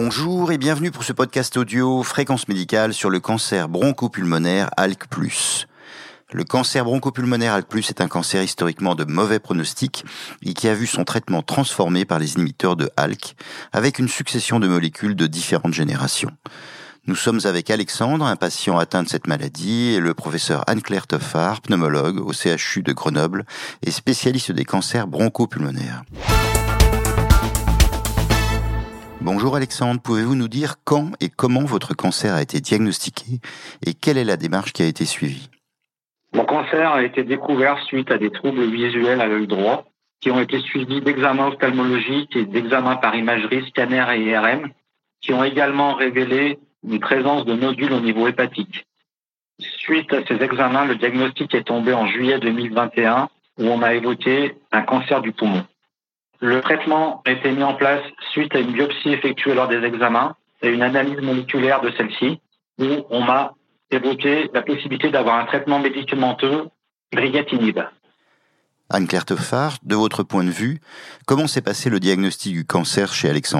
Bonjour et bienvenue pour ce podcast audio Fréquence médicale sur le cancer bronchopulmonaire ALK+. Le cancer bronchopulmonaire ALK+, est un cancer historiquement de mauvais pronostic et qui a vu son traitement transformé par les inhibiteurs de ALK avec une succession de molécules de différentes générations. Nous sommes avec Alexandre, un patient atteint de cette maladie, et le professeur Anne-Claire Toffard, pneumologue au CHU de Grenoble et spécialiste des cancers bronchopulmonaires. Bonjour Alexandre, pouvez-vous nous dire quand et comment votre cancer a été diagnostiqué et quelle est la démarche qui a été suivie ? Mon cancer a été découvert suite à des troubles visuels à l'œil droit qui ont été suivis d'examens ophtalmologiques et d'examens par imagerie, scanner et IRM qui ont également révélé une présence de nodules au niveau hépatique. Suite à ces examens, le diagnostic est tombé en juillet 2021 où on a évoqué un cancer du poumon. Le traitement a été mis en place suite à une biopsie effectuée lors des examens et une analyse moléculaire de celle-ci où on m'a évoqué la possibilité d'avoir un traitement médicamenteux brigatinib. Anne-Claire Toffard, de votre point de vue, comment s'est passé le diagnostic du cancer chez Alexandre ?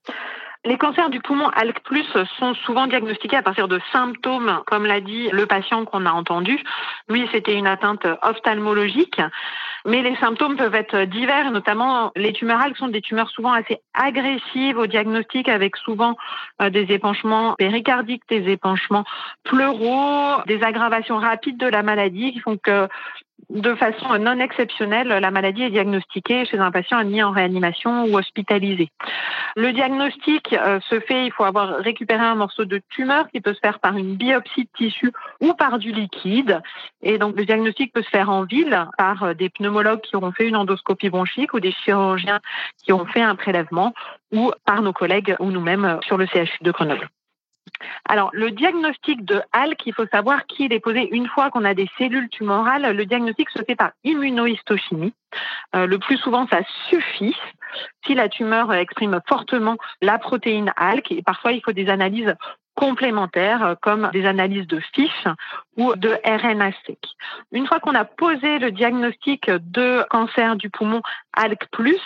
Les cancers du poumon ALK+, sont souvent diagnostiqués à partir de symptômes, comme l'a dit le patient qu'on a entendu. Lui, c'était une atteinte ophtalmologique, mais les symptômes peuvent être divers, notamment les tumeurs ALK sont des tumeurs souvent assez agressives au diagnostic, avec souvent des épanchements péricardiques, des épanchements pleuraux, des aggravations rapides de la maladie qui font que de façon non exceptionnelle, la maladie est diagnostiquée chez un patient admis en réanimation ou hospitalisé. Le diagnostic se fait, il faut avoir récupéré un morceau de tumeur qui peut se faire par une biopsie de tissu ou par du liquide. Et donc le diagnostic peut se faire en ville par des pneumologues qui auront fait une endoscopie bronchique ou des chirurgiens qui ont fait un prélèvement ou par nos collègues ou nous-mêmes sur le CHU de Grenoble. Alors, le diagnostic de ALK, il faut savoir qu'il est posé une fois qu'on a des cellules tumorales. Le diagnostic se fait par immunohistochimie. Le plus souvent, ça suffit si la tumeur exprime fortement la protéine ALK. Et parfois, il faut des analyses complémentaires comme des analyses de fiches ou de RNA-seq. Une fois qu'on a posé le diagnostic de cancer du poumon ALK+,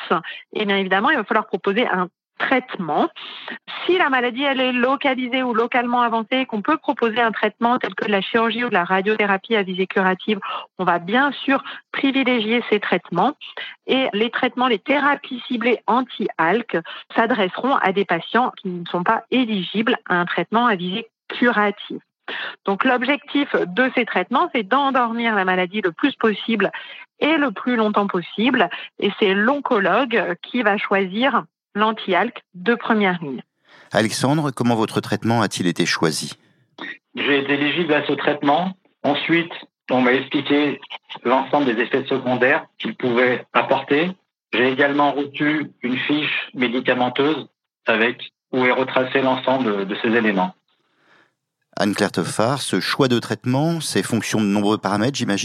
et bien évidemment, il va falloir proposer un traitement. Si la maladie elle est localisée ou localement avancée, qu'on peut proposer un traitement tel que la chirurgie ou la radiothérapie à visée curative, on va bien sûr privilégier ces traitements. Et les traitements, les thérapies ciblées anti-ALK s'adresseront à des patients qui ne sont pas éligibles à un traitement à visée curative. Donc l'objectif de ces traitements, c'est d'endormir la maladie le plus possible et le plus longtemps possible. Et c'est l'oncologue qui va choisir l'anti-ALK de première ligne. Alexandre, comment votre traitement a-t-il été choisi ? J'ai été éligible à ce traitement. Ensuite, on m'a expliqué l'ensemble des effets secondaires qu'il pouvait apporter. J'ai également reçu une fiche médicamenteuse où est retracé l'ensemble de ces éléments. Anne-Claire Toffard, ce choix de traitement, c'est fonction de nombreux paramètres, j'imagine ?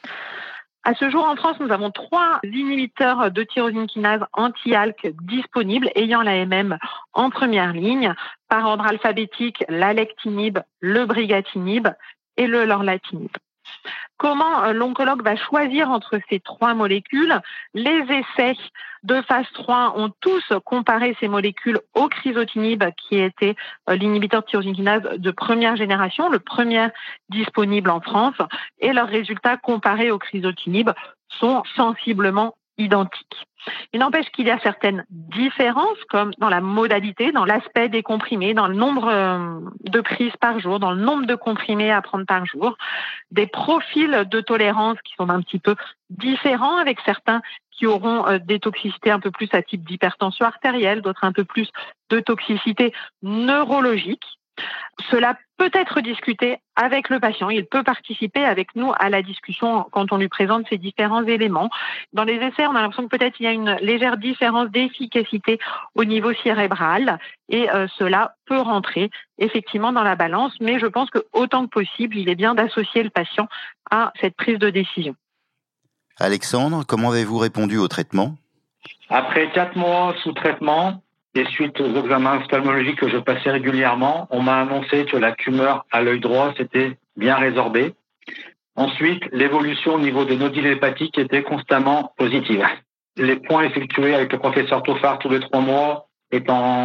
À ce jour, en France, nous avons 3 inhibiteurs de tyrosine kinase anti-ALK disponibles, ayant l'AMM en première ligne, par ordre alphabétique, l'alectinib, le brigatinib et le lorlatinib. Comment l'oncologue va choisir entre ces 3 molécules ? Les essais de phase 3 ont tous comparé ces molécules au crizotinib, qui était l'inhibiteur de tyrosine kinase de première génération, le premier disponible en France, et leurs résultats comparés au crizotinib sont sensiblement identiques. Il n'empêche qu'il y a certaines différences, comme dans la modalité, dans l'aspect des comprimés, dans le nombre de prises par jour, dans le nombre de comprimés à prendre par jour, des profils de tolérance qui sont un petit peu différents, avec certains qui auront des toxicités un peu plus à type d'hypertension artérielle, d'autres un peu plus de toxicité neurologique. Cela peut être discuté avec le patient. Il peut participer avec nous à la discussion quand on lui présente ces différents éléments. Dans les essais, on a l'impression que peut-être il y a une légère différence d'efficacité au niveau cérébral et cela peut rentrer effectivement dans la balance. Mais je pense que autant que possible, il est bien d'associer le patient à cette prise de décision. Alexandre, comment avez-vous répondu au traitement ? Après 4 mois sous traitement, et suite aux examens ophtalmologiques que je passais régulièrement, on m'a annoncé que la tumeur à l'œil droit s'était bien résorbée. Ensuite, l'évolution au niveau des nodules hépatiques était constamment positive. Les points effectués avec le professeur Toffard tous les 3 mois étant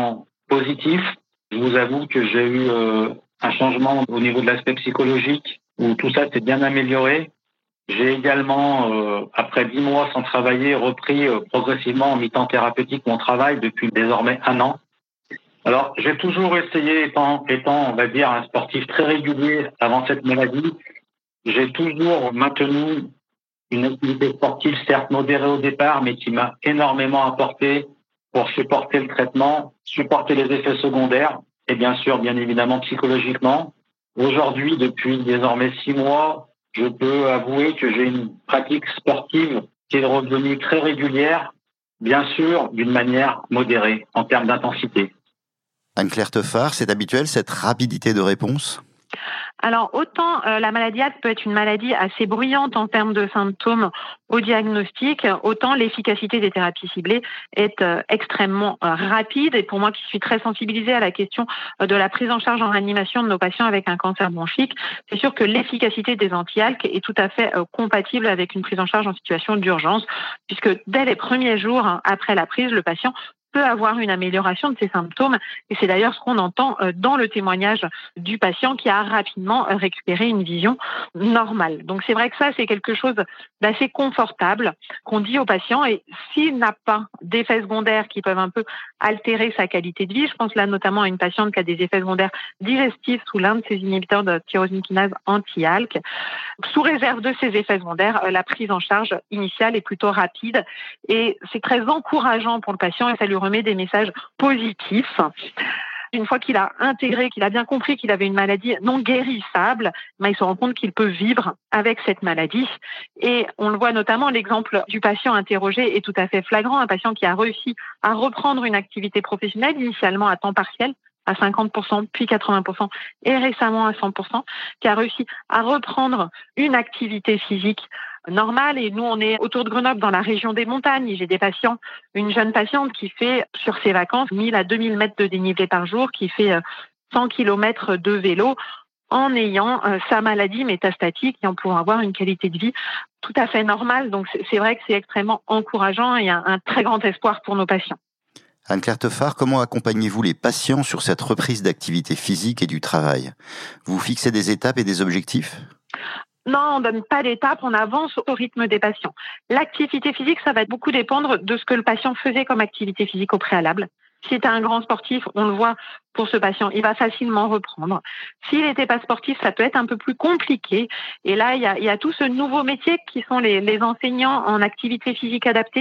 positif. Je vous avoue que j'ai eu un changement au niveau de l'aspect psychologique où tout ça s'est bien amélioré. J'ai également, après 10 mois sans travailler, repris progressivement en mi-temps thérapeutique mon travail depuis désormais 1 an. Alors, j'ai toujours essayé, étant, on va dire, un sportif très régulier avant cette maladie, j'ai toujours maintenu une activité sportive, certes modérée au départ, mais qui m'a énormément apporté pour supporter le traitement, supporter les effets secondaires et bien sûr, bien évidemment, psychologiquement. Aujourd'hui, depuis désormais 6 mois, je peux avouer que j'ai une pratique sportive qui est redevenue très régulière, bien sûr, d'une manière modérée en termes d'intensité. Anne-Claire Teuffard, c'est habituel cette rapidité de réponse ? Alors, autant la maladie ALK peut être une maladie assez bruyante en termes de symptômes au diagnostic, autant l'efficacité des thérapies ciblées est extrêmement rapide. Et pour moi qui suis très sensibilisée à la question de la prise en charge en réanimation de nos patients avec un cancer bronchique, c'est sûr que l'efficacité des anti-ALK est tout à fait compatible avec une prise en charge en situation d'urgence, puisque dès les premiers jours après la prise, le patient peut avoir une amélioration de ses symptômes. Et c'est d'ailleurs ce qu'on entend dans le témoignage du patient qui a rapidement récupéré une vision normale. Donc c'est vrai que ça, c'est quelque chose d'assez confortable qu'on dit au patient. Et s'il n'a pas d'effets secondaires qui peuvent un peu altérer sa qualité de vie, je pense là notamment à une patiente qui a des effets secondaires digestifs sous l'un de ces inhibiteurs de tyrosine kinase anti-ALK, sous réserve de ces effets secondaires, la prise en charge initiale est plutôt rapide et c'est très encourageant pour le patient et ça lui remet des messages positifs. Une fois qu'il a intégré, qu'il a bien compris qu'il avait une maladie non guérissable, il se rend compte qu'il peut vivre avec cette maladie. Et on le voit notamment, l'exemple du patient interrogé est tout à fait flagrant. Un patient qui a réussi à reprendre une activité professionnelle, initialement à temps partiel, à 50%, puis 80%, et récemment à 100%, qui a réussi à reprendre une activité physique normale. Et nous, on est autour de Grenoble, dans la région des montagnes. J'ai des patients, une jeune patiente qui fait, sur ses vacances, 1000 à 2000 mètres de dénivelé par jour, qui fait 100 km de vélo, en ayant sa maladie métastatique et en pouvant avoir une qualité de vie tout à fait normale. Donc, c'est vrai que c'est extrêmement encourageant et un très grand espoir pour nos patients. Anne-Claire Teuffard, comment accompagnez-vous les patients sur cette reprise d'activité physique et du travail ? Vous fixez des étapes et des objectifs ? Non, on ne donne pas d'étapes, on avance au rythme des patients. L'activité physique, ça va beaucoup dépendre de ce que le patient faisait comme activité physique au préalable. Si c'était un grand sportif, on le voit pour ce patient, il va facilement reprendre. S'il n'était pas sportif, ça peut être un peu plus compliqué. Et là, il y a tout ce nouveau métier qui sont les enseignants en activité physique adaptée,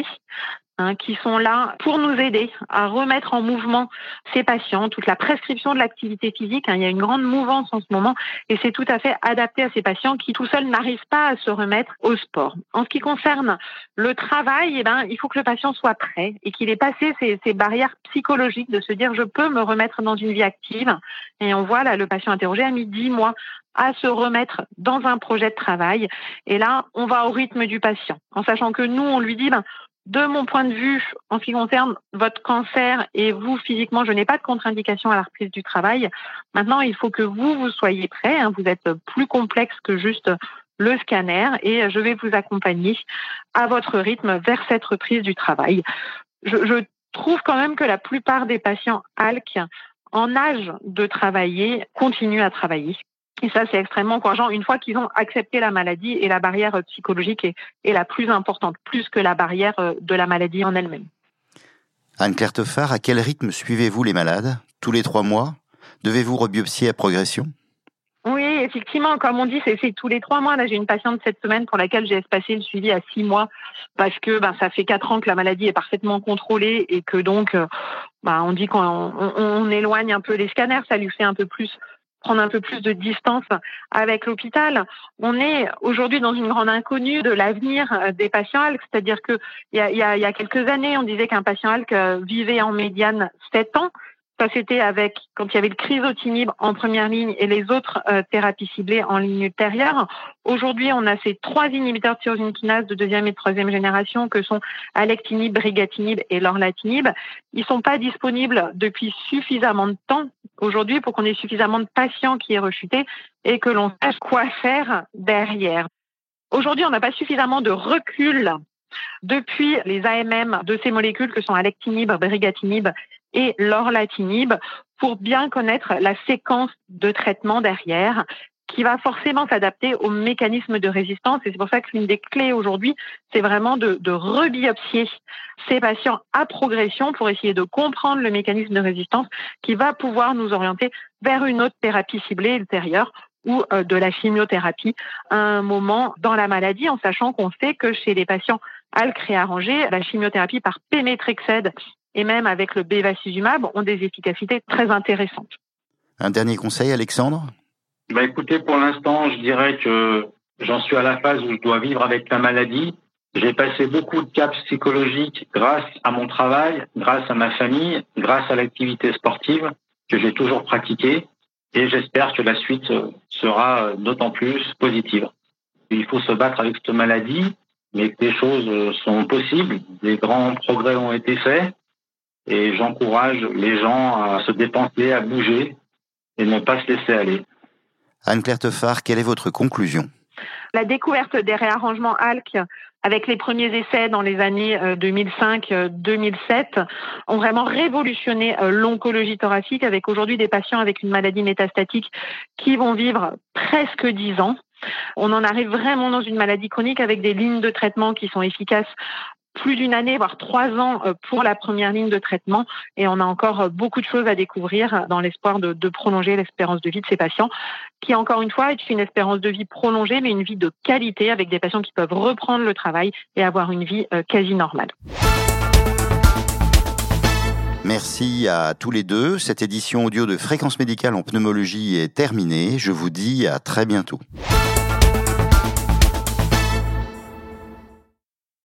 qui sont là pour nous aider à remettre en mouvement ces patients, toute la prescription de l'activité physique. Il y a une grande mouvance en ce moment et c'est tout à fait adapté à ces patients qui tout seuls n'arrivent pas à se remettre au sport. En ce qui concerne le travail, il faut que le patient soit prêt et qu'il ait passé ces barrières psychologiques de se dire je peux me remettre dans une vie active. Et on voit là, le patient interrogé a mis 10 mois à se remettre dans un projet de travail. Et là, on va au rythme du patient, en sachant que nous, on lui dit de mon point de vue, en ce qui concerne votre cancer et vous, physiquement, je n'ai pas de contre-indication à la reprise du travail. Maintenant, il faut que vous soyez prêts. Vous êtes plus complexe que juste le scanner et je vais vous accompagner à votre rythme vers cette reprise du travail. Je trouve quand même que la plupart des patients ALK en âge de travailler continuent à travailler. Et ça, c'est extrêmement encourageant une fois qu'ils ont accepté la maladie et la barrière psychologique est la plus importante, plus que la barrière de la maladie en elle-même. Anne-Claire Teuffard, à quel rythme suivez-vous les malades ? Tous les 3 mois ? Devez-vous rebiopsier à progression ? Oui, effectivement, comme on dit, c'est tous les 3 mois. Là, j'ai une patiente cette semaine pour laquelle j'ai espacé le suivi à 6 mois parce que ça fait 4 ans que la maladie est parfaitement contrôlée et que donc, on dit qu'on éloigne un peu les scanners, ça lui fait prendre un peu plus de distance avec l'hôpital. On est aujourd'hui dans une grande inconnue de l'avenir des patients ALK, c'est-à-dire que il y a quelques années, on disait qu'un patient ALK vivait en médiane 7 ans. Ça, c'était quand il y avait le crizotinib en première ligne et les autres thérapies ciblées en ligne ultérieure. Aujourd'hui, on a ces 3 inhibiteurs de tyrosine kinase de 2e et 3e génération que sont alectinib, brigatinib et lorlatinib. Ils sont pas disponibles depuis suffisamment de temps aujourd'hui pour qu'on ait suffisamment de patients qui aient rechuté et que l'on sache quoi faire derrière. Aujourd'hui, on n'a pas suffisamment de recul depuis les AMM de ces molécules que sont alectinib, brigatinib et l'orlatinib pour bien connaître la séquence de traitement derrière qui va forcément s'adapter au mécanisme de résistance. Et c'est pour ça que l'une des clés aujourd'hui, c'est vraiment de rebiopsier ces patients à progression pour essayer de comprendre le mécanisme de résistance qui va pouvoir nous orienter vers une autre thérapie ciblée ultérieure ou de la chimiothérapie à un moment dans la maladie, en sachant qu'on sait que chez les patients ALK réarrangés, la chimiothérapie par pémétrexède et même avec le bevacizumab ont des efficacités très intéressantes. Un dernier conseil, Alexandre ? Écoutez, pour l'instant, je dirais que j'en suis à la phase où je dois vivre avec la maladie. J'ai passé beaucoup de caps psychologiques grâce à mon travail, grâce à ma famille, grâce à l'activité sportive que j'ai toujours pratiquée. Et j'espère que la suite sera d'autant plus positive. Il faut se battre avec cette maladie, mais que les choses sont possibles. Des grands progrès ont été faits. Et j'encourage les gens à se dépenser, à bouger et ne pas se laisser aller. Anne-Claire Teuffard, quelle est votre conclusion ? La découverte des réarrangements ALK avec les premiers essais dans les années 2005-2007 ont vraiment révolutionné l'oncologie thoracique avec aujourd'hui des patients avec une maladie métastatique qui vont vivre presque 10 ans. On en arrive vraiment dans une maladie chronique avec des lignes de traitement qui sont efficaces plus d'une année, voire 3 ans pour la première ligne de traitement. Et on a encore beaucoup de choses à découvrir dans l'espoir de prolonger l'espérance de vie de ces patients, qui encore une fois est une espérance de vie prolongée, mais une vie de qualité avec des patients qui peuvent reprendre le travail et avoir une vie quasi normale. Merci à tous les deux. Cette édition audio de Fréquence Médicale en pneumologie est terminée. Je vous dis à très bientôt.